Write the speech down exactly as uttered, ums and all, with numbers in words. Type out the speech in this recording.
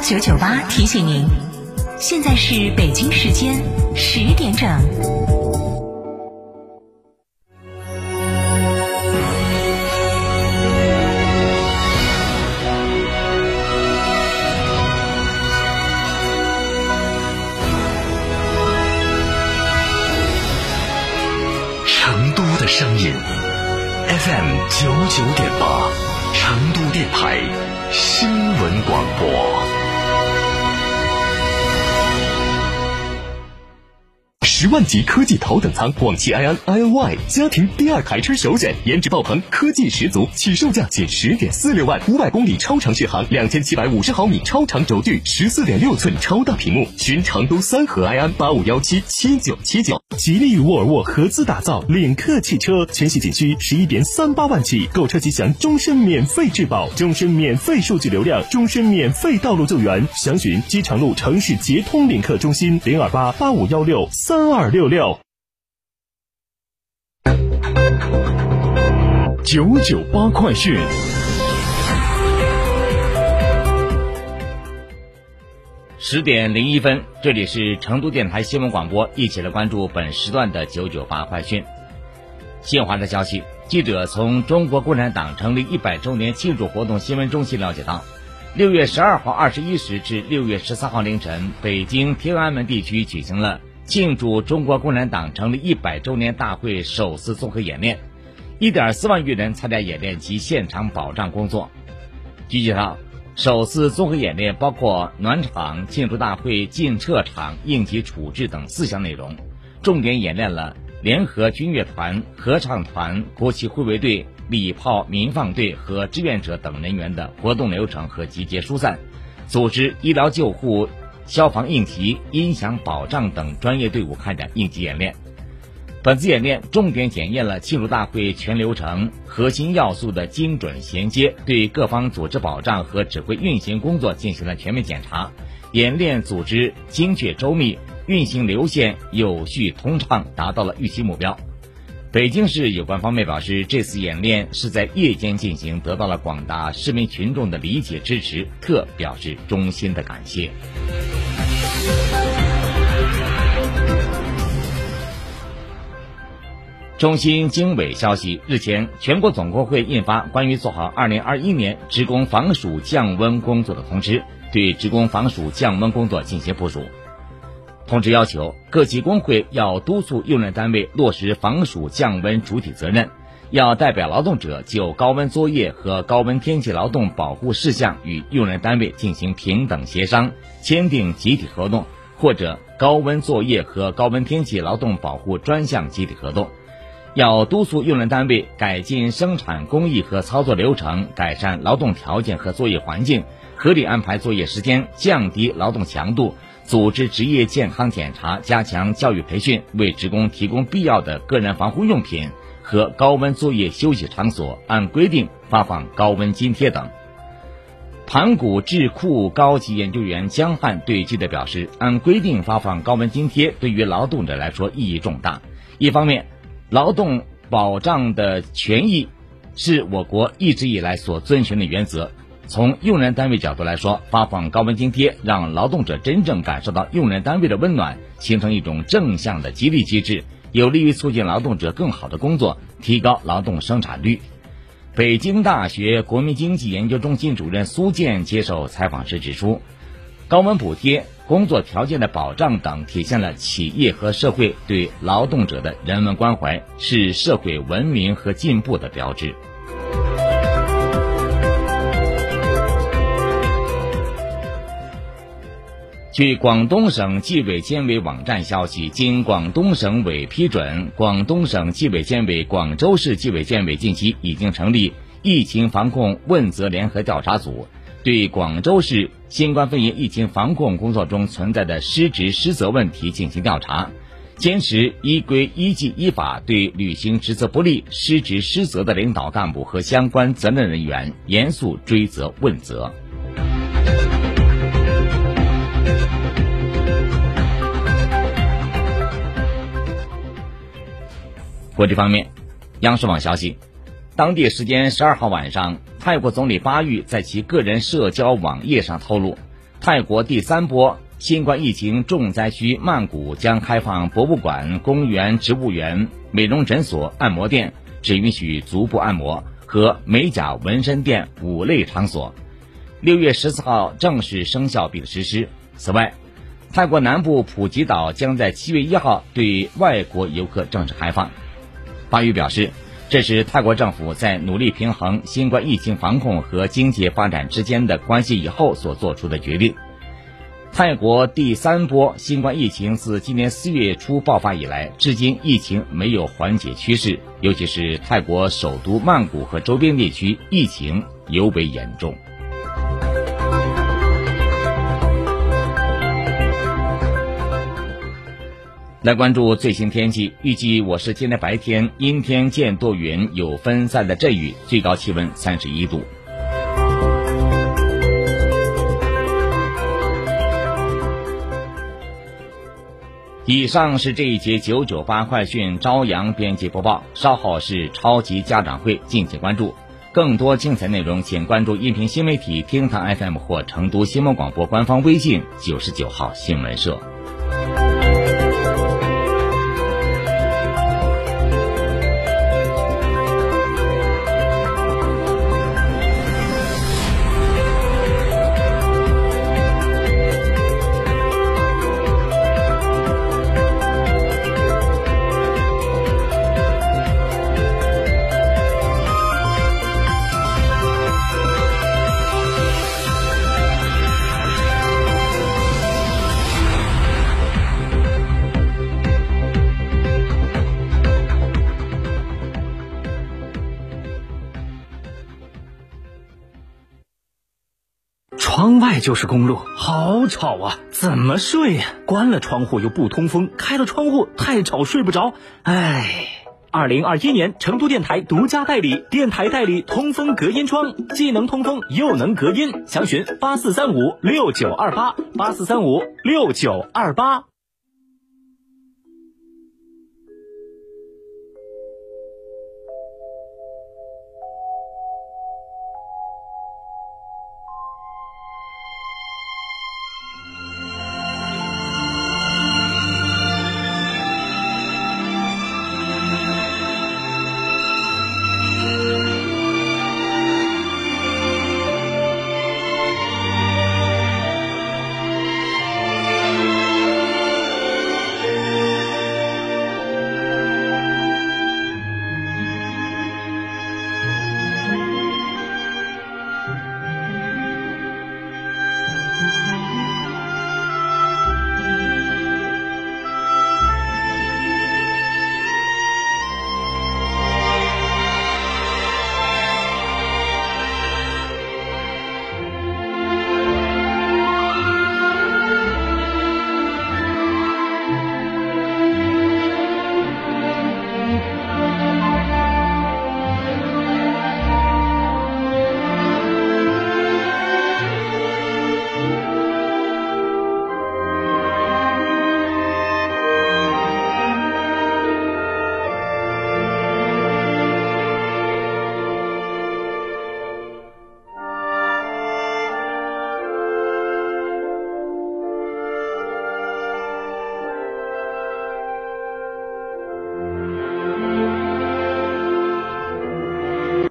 九九八提醒您，现在是北京时间十点整。 成都的声音 F M 九九点八，成都电台新闻广播。十万级科技头等舱广汽埃安 I O Y 家庭第二台车首选，颜值爆棚，科技十足，起售价仅十点四六万，五百公里超长续航，两千七百五十毫米超长轴距，十四点六寸超大屏幕。寻成都三河埃安八五幺七七九七九。吉利与沃尔沃合资打造领克汽车，全系仅需十一点三八万起，购车即享终身免费质保，终身免费数据流量，终身免费道路救援。详询机场路城市捷通领克中心零二八八五幺六三二六六。九九八快讯。 十点零一分，这里是成都电台新闻广播，一起来关注本时段的九九八快讯。新华的消息，记者从中国共产党成立一百周年庆祝活动新闻中心了解到，六月十二号二十一时至六月十三号凌晨，北京天安门地区举行了庆祝中国共产党成立一百周年大会首次综合演练，一点四万余人参加演练及现场保障工作。据介绍，首次综合演练包括暖场、庆祝大会进撤场、应急处置等四项内容，重点演练了联合军乐团、合唱团、国旗护卫队、礼炮民放队和志愿者等人员的活动流程和集结疏散，组织医疗救护、消防应急、音响保障等专业队伍开展应急演练。本次演练重点检验了庆祝大会全流程核心要素的精准衔接，对各方组织保障和指挥运行工作进行了全面检查。演练组织精确周密，运行流线有序通畅，达到了预期目标。北京市有关方面表示，这次演练是在夜间进行，得到了广大市民群众的理解支持，特表示衷心的感谢。中新经纬消息，日前，全国总工会印发关于做好二零二一年职工防暑降温工作的通知，对职工防暑降温工作进行部署。通知要求，各级工会要督促用人单位落实防暑降温主体责任，要代表劳动者就高温作业和高温天气劳动保护事项与用人单位进行平等协商，签订集体合同或者高温作业和高温天气劳动保护专项集体合同。要督促用人单位改进生产工艺和操作流程，改善劳动条件和作业环境，合理安排作业时间，降低劳动强度，组织职业健康检查，加强教育培训，为职工提供必要的个人防护用品和高温作业休息场所，按规定发放高温津贴等。盘古智库高级研究员江汉对记者表示，按规定发放高温津贴对于劳动者来说意义重大。一方面，劳动保障的权益是我国一直以来所遵循的原则。从用人单位角度来说，发放高温津贴让劳动者真正感受到用人单位的温暖，形成一种正向的激励机制，有利于促进劳动者更好的工作，提高劳动生产率。北京大学国民经济研究中心主任苏建接受采访时指出，高温补贴、工作条件的保障等体现了企业和社会对劳动者的人文关怀，是社会文明和进步的标志。据广东省纪委监委网站消息，经广东省委批准，广东省纪委监委、广州市纪委监委近期已经成立疫情防控问责联合调查组，对广州市新冠肺炎疫情防控工作中存在的失职失责问题进行调查，坚持依规依纪依法对履行职责不力、失职失责的领导干部和相关责任人员严肃追责问责。国际方面，央视网消息，当地时间十二号晚上，泰国总理巴育在其个人社交网页上透露， 泰国第三波新冠疫情重灾区曼谷将开放博物馆、公园、植物园、美容诊所、按摩店，只允许足部按摩和美甲纹身店五类场所。六月十四号正式生效并实施。此外，泰国南部普吉岛将在七月一号对外国游客正式开放。巴育表示，这是泰国政府在努力平衡新冠疫情防控和经济发展之间的关系以后所做出的决定。泰国第三波新冠疫情自今年四月初爆发以来，至今疫情没有缓解趋势，尤其是泰国首都曼谷和周边地区疫情尤为严重。来关注最新天气，预计我市今天白天阴天见多云，有分散的阵雨，最高气温三十一度。以上是这一节九九八快讯朝阳编辑播报，稍后是超级家长会，敬请关注。更多精彩内容请关注音频新媒体厅堂 F M 或成都新闻广播官方微信九十九号新闻社。 窗外就是公路，好吵啊，怎么睡呀？关了窗户又不通风，开了窗户太吵睡不着。唉，二零二一年成都电台独家代理，电台代理通风隔音窗，既能通风又能隔音，详询八四三五六九二八八四三五六九二八。